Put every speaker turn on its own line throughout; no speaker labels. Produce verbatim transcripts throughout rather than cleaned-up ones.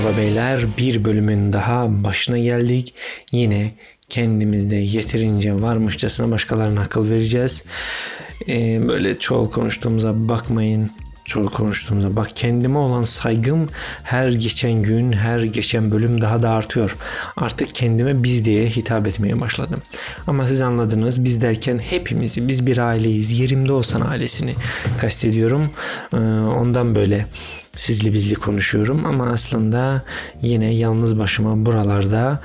Merhaba beyler, bir bölümün daha başına geldik. Yine kendimizde yeterince varmışçasına başkalarına akıl vereceğiz. Ee, böyle çoğul konuştuğumuza bakmayın. Çoğul konuştuğumuza bak, kendime olan saygım her geçen gün, her geçen bölüm daha da artıyor. Artık kendime biz diye hitap etmeye başladım. Ama siz anladınız, biz derken hepimizi, biz bir aileyiz. Yerimde olsan ailesini kastediyorum. Ee, ondan böyle sizli bizli konuşuyorum ama aslında yine yalnız başıma buralarda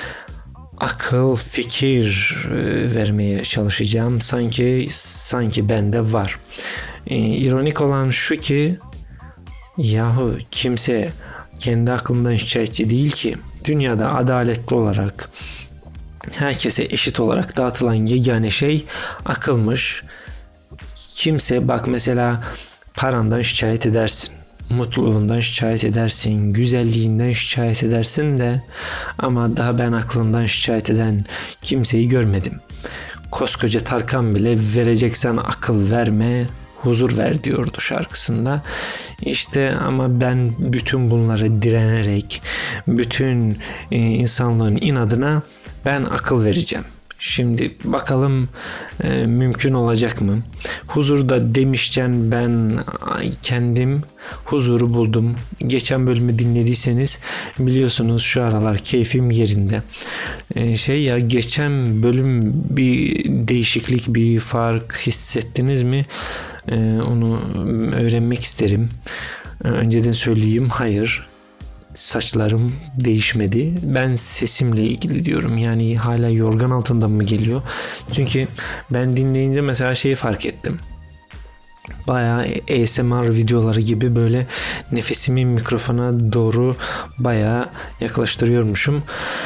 akıl, fikir vermeye çalışacağım. Sanki sanki bende var. Ee, ironik olan şu ki, yahu kimse kendi aklından şikayetçi değil ki. Dünyada adaletli olarak herkese eşit olarak dağıtılan yegane şey akılmış. Kimse, bak mesela parandan şikayet edersin, mutluluğundan şikayet edersin, güzelliğinden şikayet edersin de ama daha ben aklından şikayet eden kimseyi görmedim. Koskoca Tarkan bile vereceksen akıl verme, huzur ver diyordu şarkısında. İşte ama ben bütün bunları direnerek, bütün e, insanlığın inadına ben akıl vereceğim. Şimdi bakalım e, mümkün olacak mı? Huzurda demişken ben kendim huzuru buldum. Geçen bölümü dinlediyseniz biliyorsunuz şu aralar keyfim yerinde. E, şey ya geçen bölüm bir değişiklik, bir fark hissettiniz mi? E, onu öğrenmek isterim. E, önceden söyleyeyim, hayır. Saçlarım değişmedi. Ben sesimle ilgili diyorum. Yani hala yorgan altından mı geliyor? Çünkü ben dinleyince mesela şeyi fark ettim. Bayağı A S M R videoları gibi böyle nefesimi mikrofona doğru bayağı yaklaştırıyormuşum.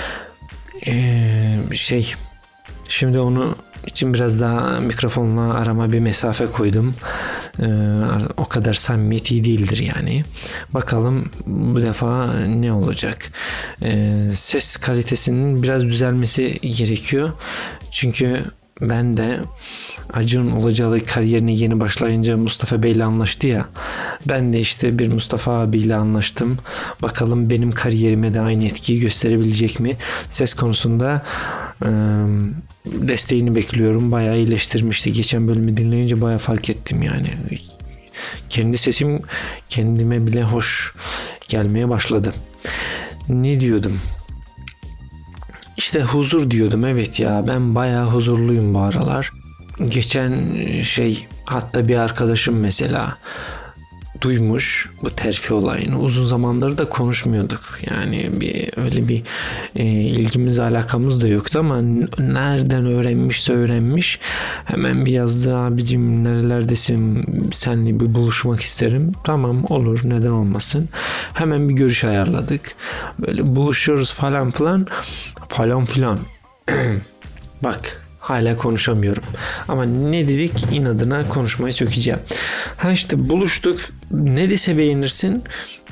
Ee, şey şimdi onu için biraz daha mikrofonla arama bir mesafe koydum. Ee, o kadar samimiyet iyi değildir yani. Bakalım bu defa ne olacak? Ee, ses kalitesinin biraz düzelmesi gerekiyor. Çünkü ben de Acun Ilıcalı kariyerine yeni başlayınca Mustafa Bey'le anlaştı ya. Ben de işte bir Mustafa abiyle anlaştım. Bakalım benim kariyerime de aynı etkiyi gösterebilecek mi? Ses konusunda e, desteğini bekliyorum. Bayağı iyileştirmişti. Geçen bölümü dinleyince bayağı fark ettim yani. Kendi sesim kendime bile hoş gelmeye başladı. Ne diyordum? İşte huzur diyordum. Evet ya, ben bayağı huzurluyum bu aralar. Geçen şey, hatta bir arkadaşım mesela duymuş bu terfi olayını. Uzun zamandır da konuşmuyorduk. Yani bir öyle bir e, ilgimiz alakamız da yoktu ama nereden öğrenmişse öğrenmiş. Hemen bir yazdı, abicim nerelerdesin? Seninle bir buluşmak isterim. Tamam, olur, neden olmasın. Hemen bir görüş ayarladık. Böyle buluşuyoruz falan filan. Falan filan. Bak, hala konuşamıyorum. Ama ne dedik? İnadına konuşmayı sökeceğim. Ha işte buluştuk. Ne dese beğenirsin.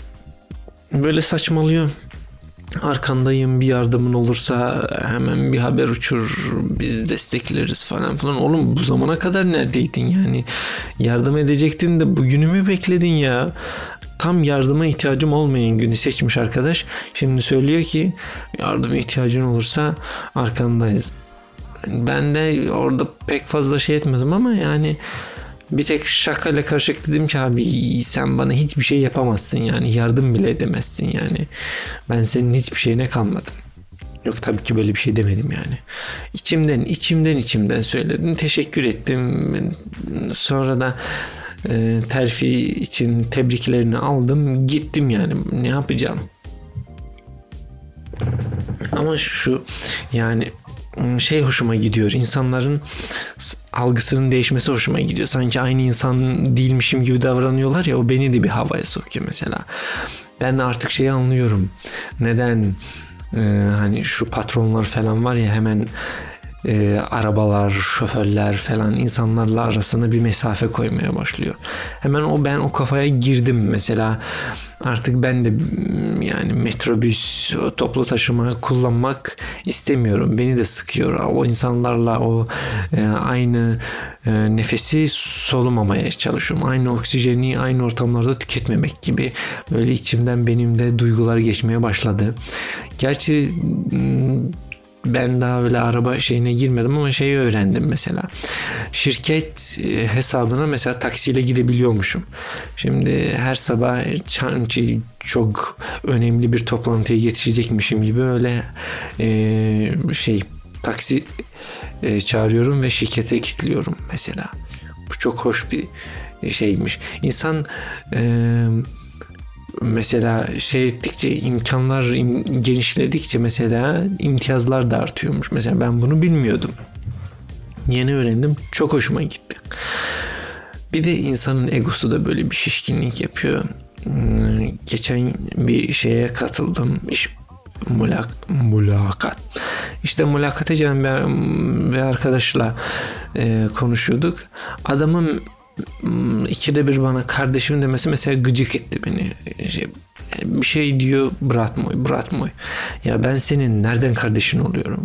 Böyle saçmalıyor. Arkandayım, bir yardımın olursa hemen bir haber uçur, biz destekleriz falan filan. Oğlum bu zamana kadar neredeydin yani? Yardım edecektin de bugünü mü bekledin ya? Tam yardıma ihtiyacım olmayan günü seçmiş arkadaş. Şimdi söylüyor ki yardıma ihtiyacın olursa arkandayız. Ben de orada pek fazla şey etmedim ama yani bir tek şakayla karışık dedim ki abi sen bana hiçbir şey yapamazsın yani, yardım bile edemezsin yani. Ben senin hiçbir şeyine kalmadım. Yok, tabii ki böyle bir şey demedim yani. İçimden içimden içimden söyledim. Teşekkür ettim. Sonra da e, terfi için tebriklerini aldım. Gittim yani. Ne yapacağım? Ama şu yani şey hoşuma gidiyor. İnsanların algısının değişmesi hoşuma gidiyor. Sanki aynı insan değilmişim gibi davranıyorlar ya, o beni de bir havaya sokuyor mesela. Ben de artık şeyi anlıyorum. Neden e, hani şu patronlar falan var ya, hemen e, arabalar, şoförler falan insanlarla arasına bir mesafe koymaya başlıyor. Hemen o ben o kafaya girdim mesela. Artık ben de yani metrobüs, toplu taşıma kullanmak istemiyorum. Beni de sıkıyor. O insanlarla o e, aynı e, nefesi solumamaya çalışıyorum. Aynı oksijeni aynı ortamlarda tüketmemek gibi böyle içimden benim de duygular geçmeye başladı. Gerçi ben daha öyle araba şeyine girmedim ama şeyi öğrendim mesela. Şirket hesabına mesela taksiyle gidebiliyormuşum. Şimdi her sabah sanki çok önemli bir toplantıya yetişecekmişim gibi öyle e, şey taksi e, çağırıyorum ve şirkete kilitliyorum mesela. Bu çok hoş bir şeymiş. İnsan e, mesela şey ettikçe imkanlar im, genişledikçe mesela imtiyazlar da artıyormuş. Mesela ben bunu bilmiyordum. Yeni öğrendim. Çok hoşuma gitti. Bir de insanın egosu da böyle bir şişkinlik yapıyor. Geçen bir şeye katıldım. İş mulak, mulakat. İşte mülakata gelen bir, bir arkadaşla e, konuşuyorduk. Adamın ikide bir bana kardeşim demesi mesela gıcık etti beni. Şey, bir şey diyor bratmoy, bratmoy. Ya ben senin nereden kardeşin oluyorum?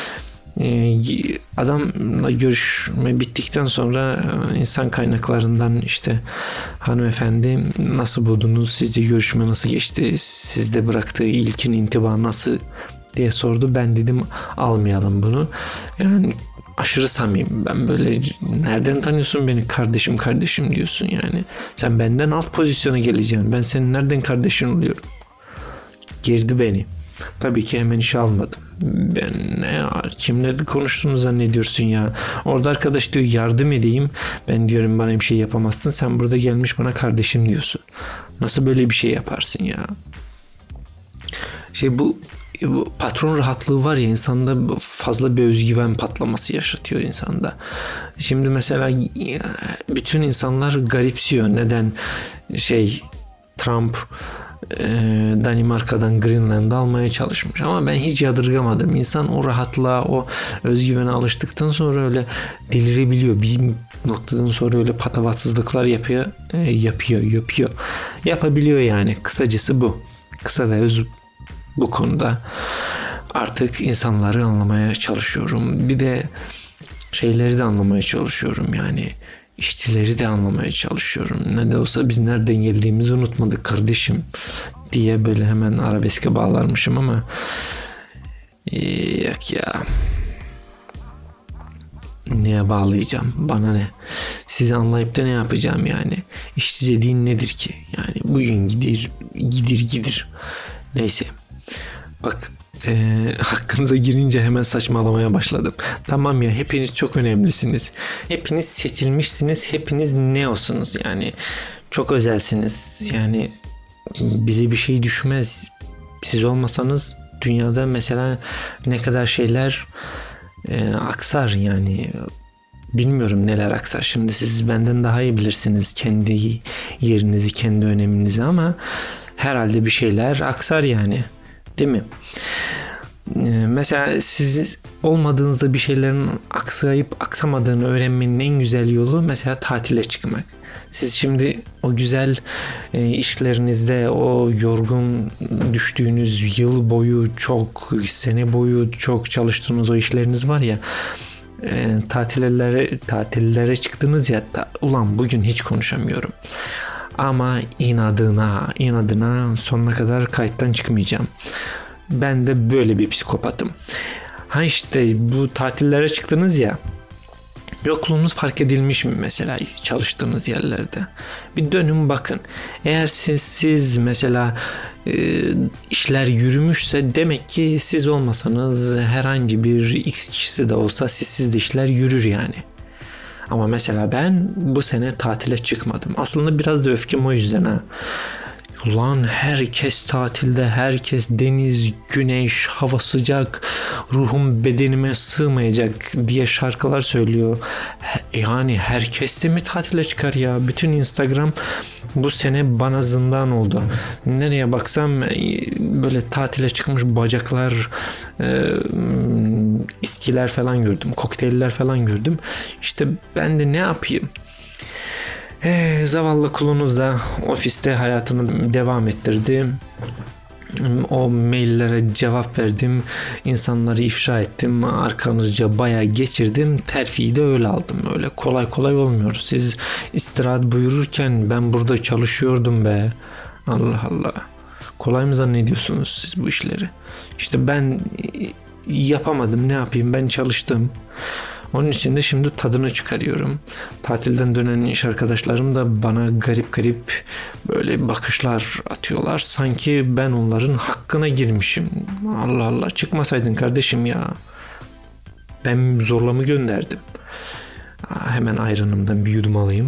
Adamla görüşme bittikten sonra insan kaynaklarından işte hanımefendi nasıl buldunuz? Sizce görüşme nasıl geçti? Sizde bıraktığı ilkin intiba nasıl diye sordu. Ben dedim almayalım bunu. Yani aşırı samimi. Ben böyle nereden tanıyorsun beni kardeşim kardeşim diyorsun yani. Sen benden alt pozisyona geleceksin. Ben senin nereden kardeşin oluyorum? Gerdi beni. Tabii ki hemen işe almadım. Ben ne ya, kimle konuştuğunu zannediyorsun ya. Orada arkadaş diyor yardım edeyim. Ben diyorum bana bir şey yapamazsın. Sen burada gelmiş bana kardeşim diyorsun. Nasıl böyle bir şey yaparsın ya? Şey bu Bu patron rahatlığı var ya insanda fazla bir özgüven patlaması yaşatıyor insanda. Şimdi mesela bütün insanlar garipsiyor. Neden şey Trump Danimarka'dan Greenland'ı almaya çalışmış. Ama ben hiç yadırgamadım. İnsan o rahatlığa, o özgüvene alıştıktan sonra öyle delirebiliyor. Bir noktadan sonra öyle patavatsızlıklar yapıyor. Yapıyor, yapıyor. Yapabiliyor yani. Kısacası bu. Kısa ve öz bu konuda artık insanları anlamaya çalışıyorum. Bir de şeyleri de anlamaya çalışıyorum yani. İşçileri de anlamaya çalışıyorum. Ne de olsa biz nereden geldiğimizi unutmadık kardeşim diye böyle hemen arabeske bağlarmışım ama yok ya. Neye bağlayacağım? Bana ne? Sizi anlayıp da ne yapacağım yani? İşçi dediğin nedir ki? Yani bugün gidir, gidir, gidir. Neyse. Bak e, hakkınıza girince hemen saçmalamaya başladım. Tamam ya hepiniz çok önemlisiniz. Hepiniz seçilmişsiniz. Hepiniz neosunuz yani. Çok özelsiniz. Yani bize bir şey düşmez. Siz olmasanız dünyada mesela ne kadar şeyler e, aksar yani. Bilmiyorum neler aksar. Şimdi siz benden daha iyi bilirsiniz kendi yerinizi, kendi öneminizi ama herhalde bir şeyler aksar yani. Değil mi? Mesela siz olmadığınızda bir şeylerin aksayıp aksamadığını öğrenmenin en güzel yolu mesela tatile çıkmak. Siz şimdi o güzel e, işlerinizde o yorgun düştüğünüz yıl boyu çok sene boyu çok çalıştığınız o işleriniz var ya e, tatillere tatillere çıktınız ya ta, ulan bugün hiç konuşamıyorum. Ama inadına, inadına sonuna kadar kayıttan çıkmayacağım. Ben de böyle bir psikopatım. Ha işte bu tatillere çıktınız ya. Yokluğunuz fark edilmiş mi mesela çalıştığınız yerlerde? Bir dönün bakın. Eğer siz, siz mesela e, işler yürümüşse demek ki siz olmasanız herhangi bir X kişisi de olsa sizsiz de işler yürür yani. Ama mesela ben bu sene tatile çıkmadım. Aslında biraz da öfkem o yüzden ha. Ulan herkes tatilde, herkes deniz, güneş, hava sıcak, ruhum bedenime sığmayacak diye şarkılar söylüyor. Yani herkes de mi tatile çıkar ya? Bütün Instagram bu sene bana zindan oldu. Nereye baksam böyle tatile çıkmış bacaklar, İçkiler falan gördüm, kokteyller falan gördüm. İşte ben de ne yapayım? Ee, zavallı kulunuz da ofiste hayatını devam ettirdi. O maillere cevap verdim. İnsanları ifşa ettim. Arkanızca bayağı geçirdim. Terfiyi de öyle aldım. Öyle kolay kolay olmuyor. Siz istirahat buyururken ben burada çalışıyordum be. Allah Allah. Kolay mı zannediyorsunuz siz bu işleri? İşte ben yapamadım. Ne yapayım? Ben çalıştım. Onun için de şimdi tadını çıkarıyorum. Tatilden dönen iş arkadaşlarım da bana garip garip böyle bakışlar atıyorlar. Sanki ben onların hakkına girmişim. Allah Allah, çıkmasaydın kardeşim ya. Ben zorla mı gönderdim? Hemen ayranımdan bir yudum alayım.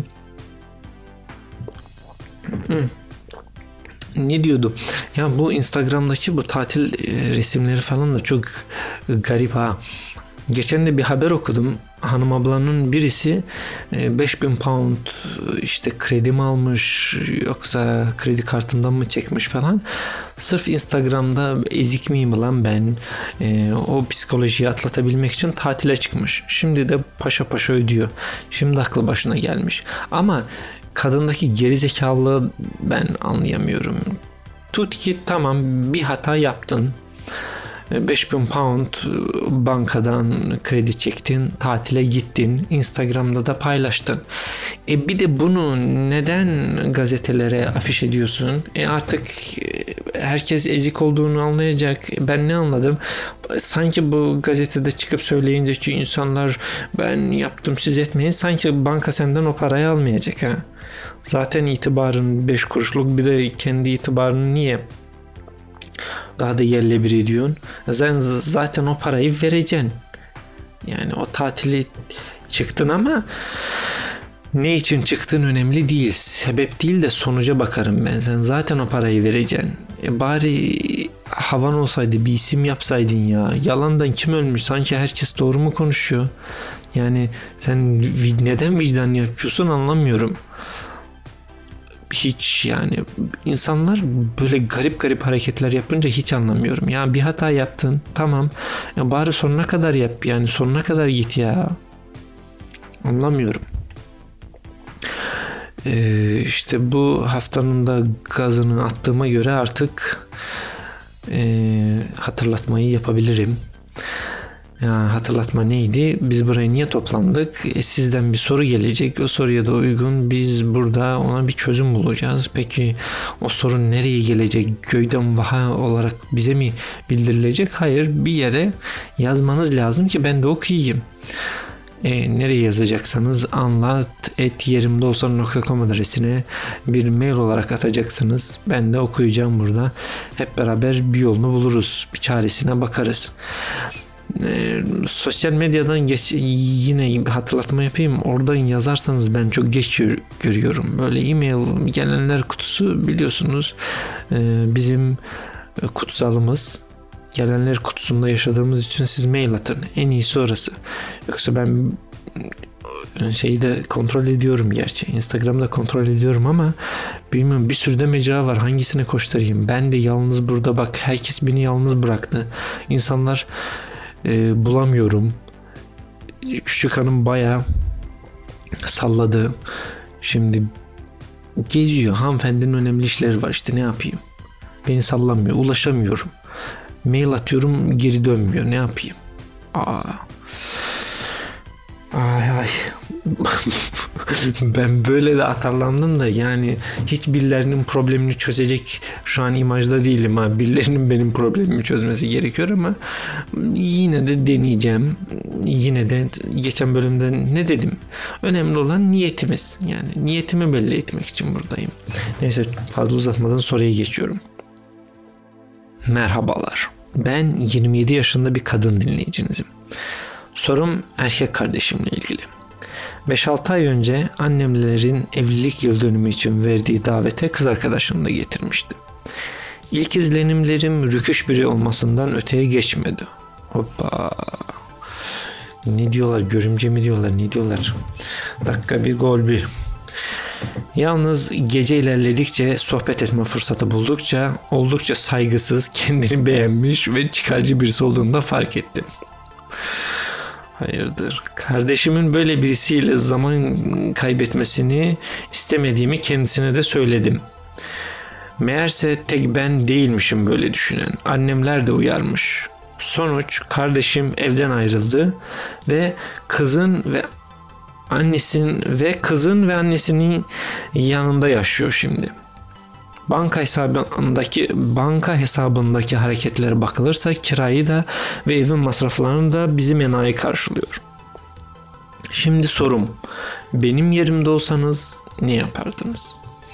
Hı. Ne diyordu? Ya bu Instagram'daki bu tatil resimleri falan da çok garip ha. Geçen de bir haber okudum. Hanım ablanın birisi beş bin pound işte kredi mi almış yoksa kredi kartından mı çekmiş falan. Sırf Instagram'da ezik miyim lan ben? E, o psikolojiyi atlatabilmek için tatile çıkmış. Şimdi de paşa paşa ödüyor. Şimdi aklı başına gelmiş. Ama kadındaki gerizekalılığı ben anlayamıyorum. Tut ki tamam, bir hata yaptın. beş bin pound bankadan kredi çektin, tatile gittin, Instagram'da da paylaştın. E bir de bunu neden gazetelere afiş ediyorsun? E artık herkes ezik olduğunu anlayacak. Ben ne anladım? Sanki bu gazetede çıkıp söyleyince ki insanlar ben yaptım siz etmeyin, sanki banka senden o parayı almayacak ha. Zaten itibarın beş kuruşluk, bir de kendi itibarını niye daha da yerle bir ediyorsun? Sen zaten o parayı vereceksin. Yani o tatili çıktın ama ne için çıktığın önemli değil. Sebep değil de sonuca bakarım ben. Sen zaten o parayı vereceksin. E bari havan olsaydı, bir isim yapsaydın ya. Yalandan kim ölmüş? Sanki herkes doğru mu konuşuyor? Yani sen neden vicdan yapıyorsun anlamıyorum. Hiç yani insanlar böyle garip garip hareketler yapınca hiç anlamıyorum. Ya bir hata yaptın, tamam. Ya bari sonuna kadar yap, yani sonuna kadar git ya. Anlamıyorum. Ee, işte bu haftanın da gazını attığıma göre artık e, hatırlatmayı yapabilirim. Ya hatırlatma neydi? Biz buraya niye toplandık? E, sizden bir soru gelecek. O soruya da uygun biz burada ona bir çözüm bulacağız. Peki o sorun nereye gelecek? Göğden vaha olarak bize mi bildirilecek? Hayır, bir yere yazmanız lazım ki ben de okuyayım. E, nereye yazacaksanız anlat et yerimde olsan nokta com adresine bir mail olarak atacaksınız. Ben de okuyacağım burada. Hep beraber bir yolunu buluruz. Bir çaresine bakarız. E, sosyal medyadan geç, yine bir hatırlatma yapayım. Oradan yazarsanız ben çok geç gör, görüyorum. Böyle e-mail gelenler kutusu biliyorsunuz e, bizim kutsalımız. Gelenler kutusunda yaşadığımız için siz mail atın. En iyisi orası. Yoksa ben şeyi de kontrol ediyorum gerçi. Instagram'da kontrol ediyorum ama bilmiyorum, bir sürü de mecra var. Hangisine koşturayım? Ben de yalnız burada, bak herkes beni yalnız bıraktı. İnsanlar e, bulamıyorum. Küçük hanım bayağı salladı. Şimdi geziyor. Hanımefendinin önemli işleri var, işte ne yapayım? Beni sallamıyor. Ulaşamıyorum. Mail atıyorum, geri dönmüyor. Ne yapayım? Aa. Ay ay. Ben böyle de atarlandım da yani hiç birilerinin problemini çözecek şu an imajda değilim ha. Birilerinin benim problemimi çözmesi gerekiyor ama yine de deneyeceğim. Yine de geçen bölümde ne dedim? Önemli olan niyetimiz. Yani niyetimi belli etmek için buradayım. Neyse, fazla uzatmadan soruya geçiyorum. Merhabalar. Ben yirmi yedi yaşında bir kadın dinleyicinizim. Sorum erkek kardeşimle ilgili. beş altı ay önce annemlerin evlilik yıl dönümü için verdiği davete kız arkadaşını da getirmişti. İlk izlenimlerim rüküş biri olmasından öteye geçmedi. Hoppa. Ne diyorlar? Görümce mi diyorlar? Ne diyorlar? Dakika bir gol bir. Yalnız gece ilerledikçe, sohbet etme fırsatı buldukça oldukça saygısız, kendini beğenmiş ve çıkarcı birisi olduğunu da fark ettim. Hayırdır? Kardeşimin böyle birisiyle zaman kaybetmesini istemediğimi kendisine de söyledim. Meğerse tek ben değilmişim böyle düşünen. Annemler de uyarmış. Sonuç kardeşim evden ayrıldı ve kızın ve annesinin ve kızın ve annesinin yanında yaşıyor şimdi. Banka hesabındaki banka hesabındaki hareketlere bakılırsa kirayı da ve evin masraflarını da bizim enayi karşılıyor. Şimdi sorum, benim yerimde olsanız ne yapardınız?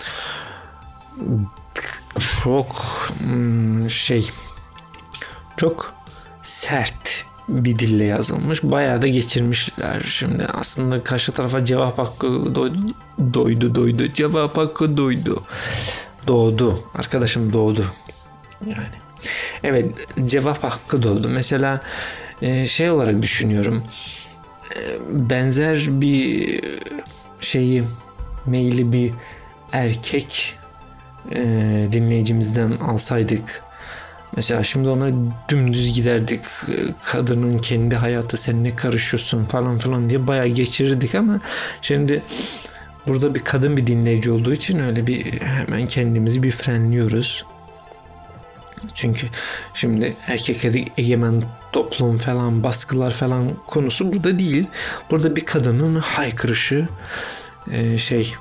Çok şey çok sert bir dille yazılmış. Bayağı da geçirmişler şimdi. Aslında karşı tarafa cevap hakkı doydu. Doydu doydu. Cevap hakkı doydu. Doğdu. Arkadaşım doğdu. Yani. Evet, cevap hakkı doğdu. Mesela şey olarak düşünüyorum. Benzer bir şeyi maili bir erkek dinleyicimizden alsaydık, mesela şimdi ona dümdüz giderdik, kadının kendi hayatı, sen ne karışıyorsun falan filan diye bayağı geçirirdik, ama şimdi burada bir kadın bir dinleyici olduğu için öyle bir hemen kendimizi bir frenliyoruz. Çünkü şimdi erkek egemen toplum falan, baskılar falan konusu burada değil. Burada bir kadının haykırışı, şey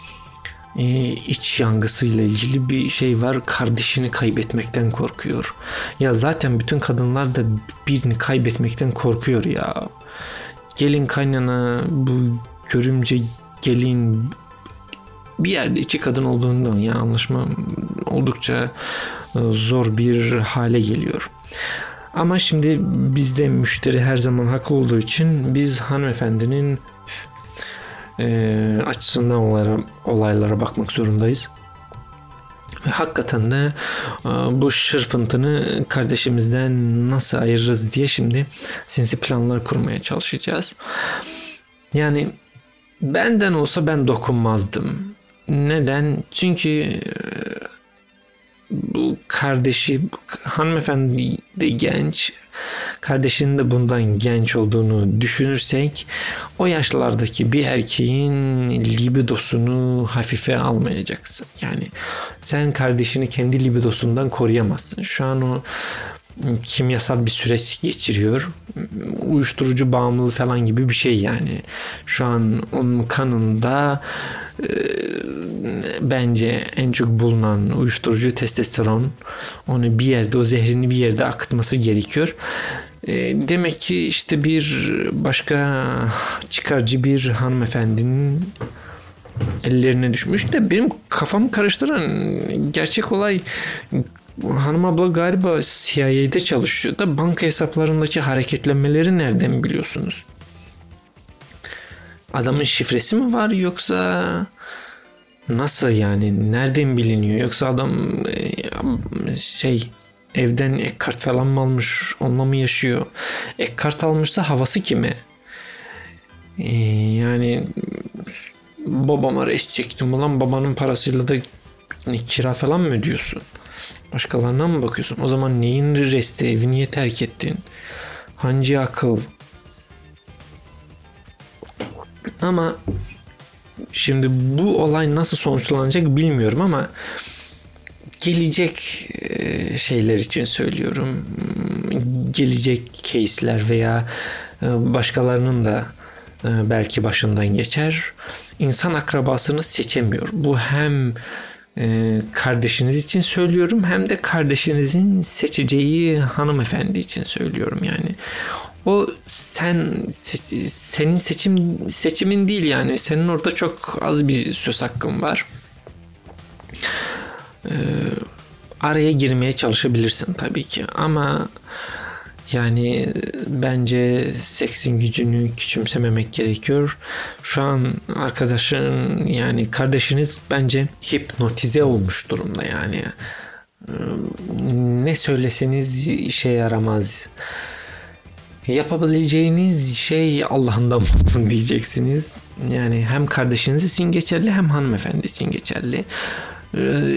iç yangısıyla ilgili bir şey var. Kardeşini kaybetmekten korkuyor. Ya zaten bütün kadınlar da birini kaybetmekten korkuyor ya. Gelin kaynana, bu görümce gelin, bir yerde iki kadın olduğundan ya anlaşma oldukça zor bir hale geliyor. Ama şimdi bizde müşteri her zaman haklı olduğu için biz hanımefendinin e, açısından olaylara, olaylara bakmak zorundayız. Ve hakikaten de e, bu şırfıntını kardeşimizden nasıl ayırırız diye şimdi sinsi planlar kurmaya çalışacağız. Yani benden olsa ben dokunmazdım. Neden? Çünkü bu kardeşi, hanımefendi de genç, kardeşinin de bundan genç olduğunu düşünürsek, o yaşlardaki bir erkeğin libidosunu hafife almayacaksın. Yani sen kardeşini kendi libidosundan koruyamazsın. Şu an o kimyasal bir süreç geçiriyor. Uyuşturucu bağımlılığı falan gibi bir şey yani. Şu an onun kanında e, bence en çok bulunan uyuşturucu testosteron. Onu bir yerde, o zehrini bir yerde akıtması gerekiyor. E, demek ki işte bir başka çıkarcı bir hanımefendinin ellerine düşmüş de benim kafamı karıştıran gerçek olay, hanım abla galiba C I A'de çalışıyor da banka hesaplarındaki hareketlenmeleri nereden biliyorsunuz? Adamın şifresi mi var yoksa nasıl yani, nereden biliniyor? Yoksa adam şey evden ek kart falan mı almış, onunla mı yaşıyor? Ek kart almışsa havası kime? Ee, yani babama res çektim ulan, babanın parasıyla da kira falan mı ödüyorsun? Başkalarına mı bakıyorsun? O zaman neyin resti? Evi niye terk ettin? Hangi akıl? Ama şimdi bu olay nasıl sonuçlanacak bilmiyorum, ama gelecek şeyler için söylüyorum. Gelecek case'ler veya başkalarının da belki başından geçer. İnsan akrabasını seçemiyor. Bu hem kardeşiniz için söylüyorum, hem de kardeşinizin seçeceği hanımefendi için söylüyorum yani. O sen senin seçim seçimin değil yani. Senin orada çok az bir söz hakkın var. Ee, araya girmeye çalışabilirsin tabii ki, ama yani bence seksin gücünü küçümsememek gerekiyor. Şu an arkadaşın, yani kardeşiniz bence hipnotize olmuş durumda yani. Ne söyleseniz işe yaramaz. Yapabileceğiniz şey Allah'ından bulsun diyeceksiniz. Yani hem kardeşiniz için geçerli, hem hanımefendi için geçerli.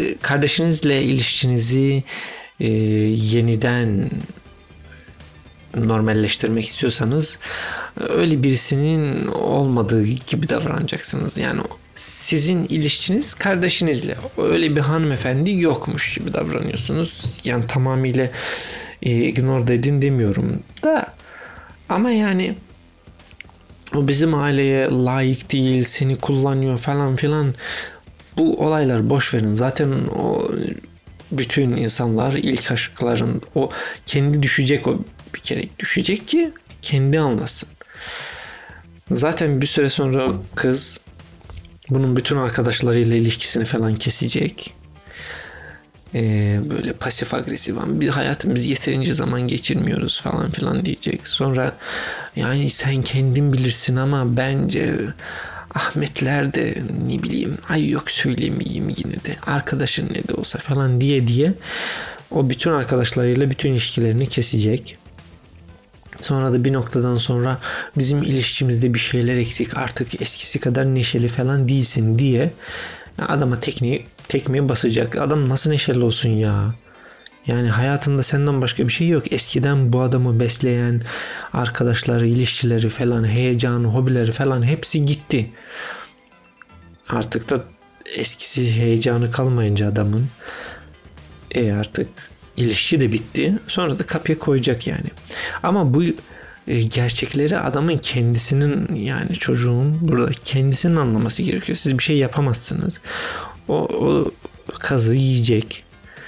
Kardeşinizle ilişkinizi e, yeniden normalleştirmek istiyorsanız öyle birisinin olmadığı gibi davranacaksınız. Yani sizin ilişkiniz kardeşinizle. Öyle bir hanımefendi yokmuş gibi davranıyorsunuz. Yani tamamıyla e, ignore edin demiyorum da, ama yani o bizim aileye layık değil, seni kullanıyor falan filan. Bu olaylar boş verin. Zaten o bütün insanlar ilk aşkların, o kendi düşecek, o bir kere düşecek ki kendi anlasın. Zaten bir süre sonra kız bunun bütün arkadaşlarıyla ilişkisini falan kesecek. Ee, böyle pasif agresif, bir hayatımız yeterince zaman geçirmiyoruz falan filan diyecek. Sonra yani sen kendin bilirsin ama bence Ahmetler de ne bileyim, ay yok söylemeyeyim yine de, arkadaşın ne de olsa falan diye diye o bütün arkadaşlarıyla bütün ilişkilerini kesecek. Sonra da bir noktadan sonra bizim ilişkimizde bir şeyler eksik, artık eskisi kadar neşeli falan değilsin diye adama tekmeyi, tekmeyi basacak. Adam nasıl neşeli olsun ya? Yani hayatında senden başka bir şey yok. Eskiden bu adamı besleyen arkadaşları, ilişkileri falan, heyecanı, hobileri falan hepsi gitti. Artık da eskisi heyecanı kalmayınca adamın e artık ilişki de bitti. Sonra da kapıya koyacak yani. Ama bu e, gerçekleri adamın kendisinin, yani çocuğun burada kendisinin anlaması gerekiyor. Siz bir şey yapamazsınız. O, o kazı yiyecek.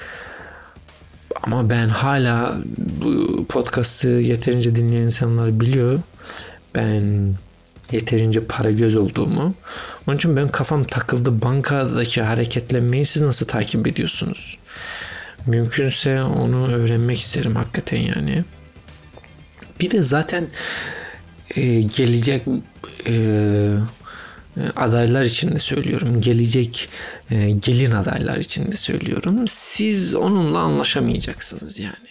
Ama ben hala bu podcast'ı yeterince dinleyen insanlar biliyor. Ben yeterince para göz olduğumu. Onun için ben kafam takıldı. Bankadaki hareketlenmeyi siz nasıl takip ediyorsunuz? Mümkünse onu öğrenmek isterim hakikaten yani. Bir de zaten e, gelecek e, adaylar için de söylüyorum. Gelecek e, gelin adaylar için de söylüyorum. Siz onunla anlaşamayacaksınız yani.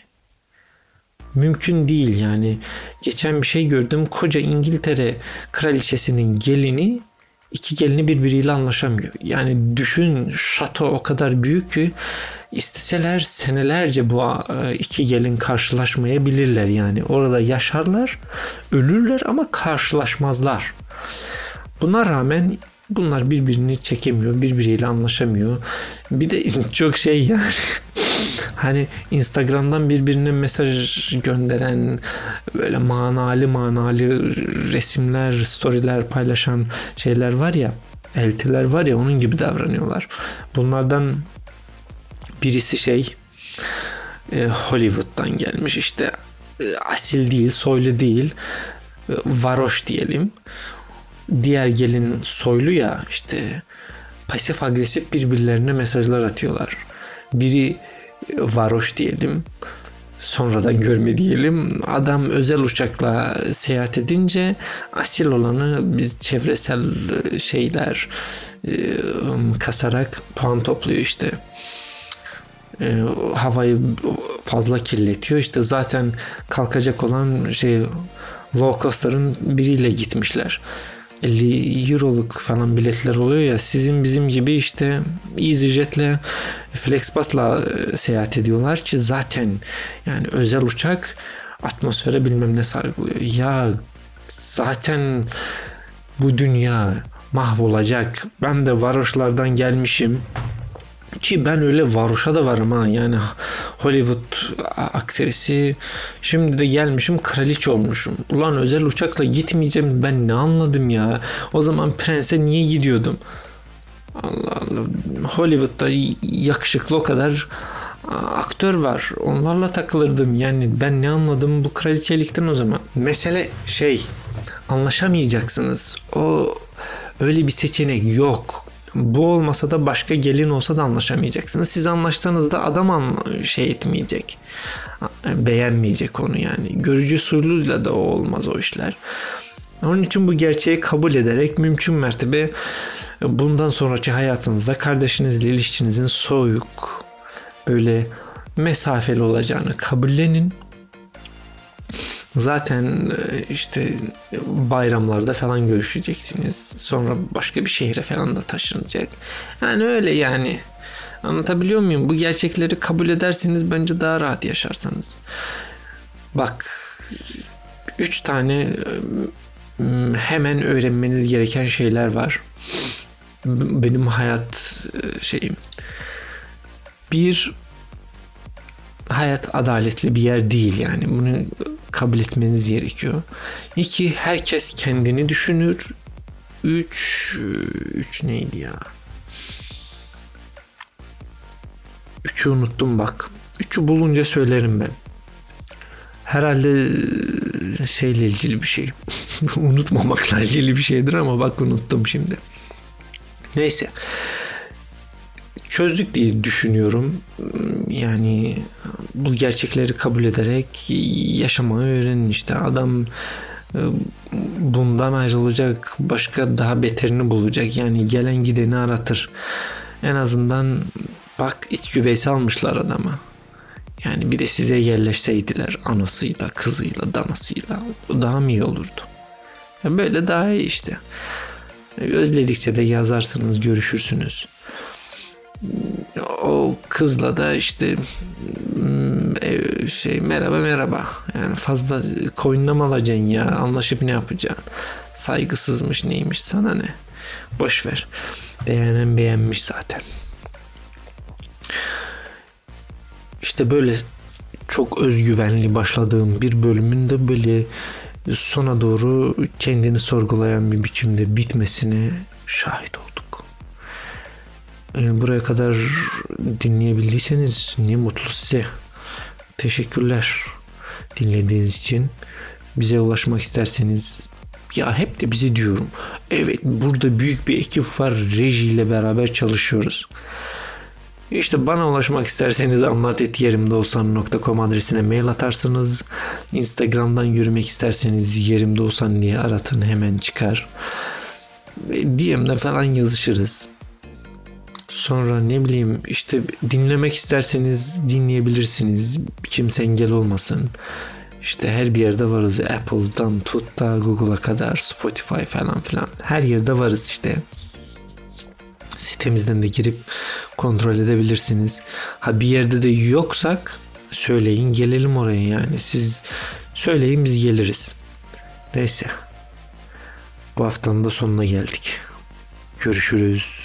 Mümkün değil yani. Geçen bir şey gördüm. Koca İngiltere kraliçesinin gelini iki gelini birbiriyle anlaşamıyor. Yani düşün, şato o kadar büyük ki isteseler senelerce bu iki gelin karşılaşmayabilirler yani. Orada yaşarlar, ölürler ama karşılaşmazlar. Buna rağmen bunlar birbirini çekemiyor, birbiriyle anlaşamıyor. Bir de çok şey yani hani Instagram'dan birbirine mesaj gönderen, böyle manalı manalı resimler, storyler paylaşan şeyler var ya, eltiler var ya, onun gibi davranıyorlar. Bunlardan birisi şey e, Hollywood'dan gelmiş, işte e, asil değil, soylu değil, e, varoş diyelim. Diğer gelin soylu ya, işte pasif agresif birbirlerine mesajlar atıyorlar. Biri varoş diyelim, sonradan görme diyelim. Adam özel uçakla seyahat edince asil olanı biz çevresel şeyler e, kasarak puan topluyor işte. E, havayı fazla kirletiyor. İşte zaten kalkacak olan şey low coster'ın biriyle gitmişler. elli euroluk falan biletler oluyor ya, sizin bizim gibi işte EasyJet'le Flexbus'la seyahat ediyorlar ki zaten yani özel uçak atmosfere bilmem ne sargılıyor. Ya zaten bu dünya mahvolacak. Ben de varoşlardan gelmişim. Ki ben öyle varoşa da varım ha. Yani Hollywood aktrisi, şimdi de gelmişim kraliçe olmuşum. Ulan özel uçakla gitmeyeceğim, ben ne anladım ya. O zaman prense niye gidiyordum? Allah Allah. Hollywood'da yakışıklı o kadar aktör var. Onlarla takılırdım. Yani ben ne anladım bu kraliçelikten o zaman. Mesele şey, anlaşamayacaksınız. O öyle bir seçenek yok. Bu olmasa da başka gelin olsa da anlaşamayacaksınız. Siz anlaşsanız da adam an şey etmeyecek. Beğenmeyecek onu yani. Görücü usulüyle de o olmaz o işler. Onun için bu gerçeği kabul ederek mümkün mertebe bundan sonraki hayatınızda kardeşinizle ilişkinizin soğuk, böyle mesafeli olacağını kabullenin. Zaten işte bayramlarda falan görüşeceksiniz. Sonra başka bir şehre falan da taşınacak. Yani öyle yani. Anlatabiliyor muyum? Bu gerçekleri kabul ederseniz bence daha rahat yaşarsınız. Bak üç tane hemen öğrenmeniz gereken şeyler var. Benim hayat şeyim. Bir, hayat adaletli bir yer değil yani. Bunu kabul etmeniz gerekiyor. İki, herkes kendini düşünür. Üç, üç neydi ya? Üçü unuttum bak. Üçü bulunca söylerim ben. Herhalde şeyle ilgili bir şey. Unutmamakla ilgili bir şeydir ama bak unuttum şimdi. Neyse. Çözdük diye düşünüyorum. Yani bu gerçekleri kabul ederek yaşamayı öğrenin işte. Adam bundan ayrılacak, başka daha beterini bulacak. Yani gelen gideni aratır. En azından bak isküveysi almışlar adama. Yani bir de size yerleşseydiler anasıyla, kızıyla, danasıyla daha mı iyi olurdu? Böyle daha iyi işte. Özledikçe de yazarsınız, görüşürsünüz. O kızla da işte şey merhaba merhaba. Yani fazla koynuna mı alacaksın ya? Anlaşıp ne yapacaksın? Saygısızmış neymiş sana ne? Boş ver. Beğenen beğenmiş zaten. İşte böyle çok özgüvenli başladığım bir bölümünde böyle sona doğru kendini sorgulayan bir biçimde bitmesine şahit olduk. Buraya kadar dinleyebildiyseniz ne mutlu size. Teşekkürler dinlediğiniz için. Bize ulaşmak isterseniz, ya hep de bize diyorum. Evet, burada büyük bir ekip var. Rejiyle beraber çalışıyoruz. İşte bana ulaşmak isterseniz anlat et yerimde olsan nokta com adresine mail atarsınız. Instagram'dan yürümek isterseniz yerimde olsan diye aratın, hemen çıkar. D M'de falan yazışırız. Sonra ne bileyim işte dinlemek isterseniz dinleyebilirsiniz. Kimse engel olmasın. İşte her bir yerde varız. Apple'dan tut da Google'a kadar, Spotify falan filan. Her yerde varız işte. Sitemizden de girip kontrol edebilirsiniz. Ha bir yerde de yoksak söyleyin, gelelim oraya yani. Siz söyleyin, biz geliriz. Neyse. Bu haftanın da sonuna geldik. Görüşürüz.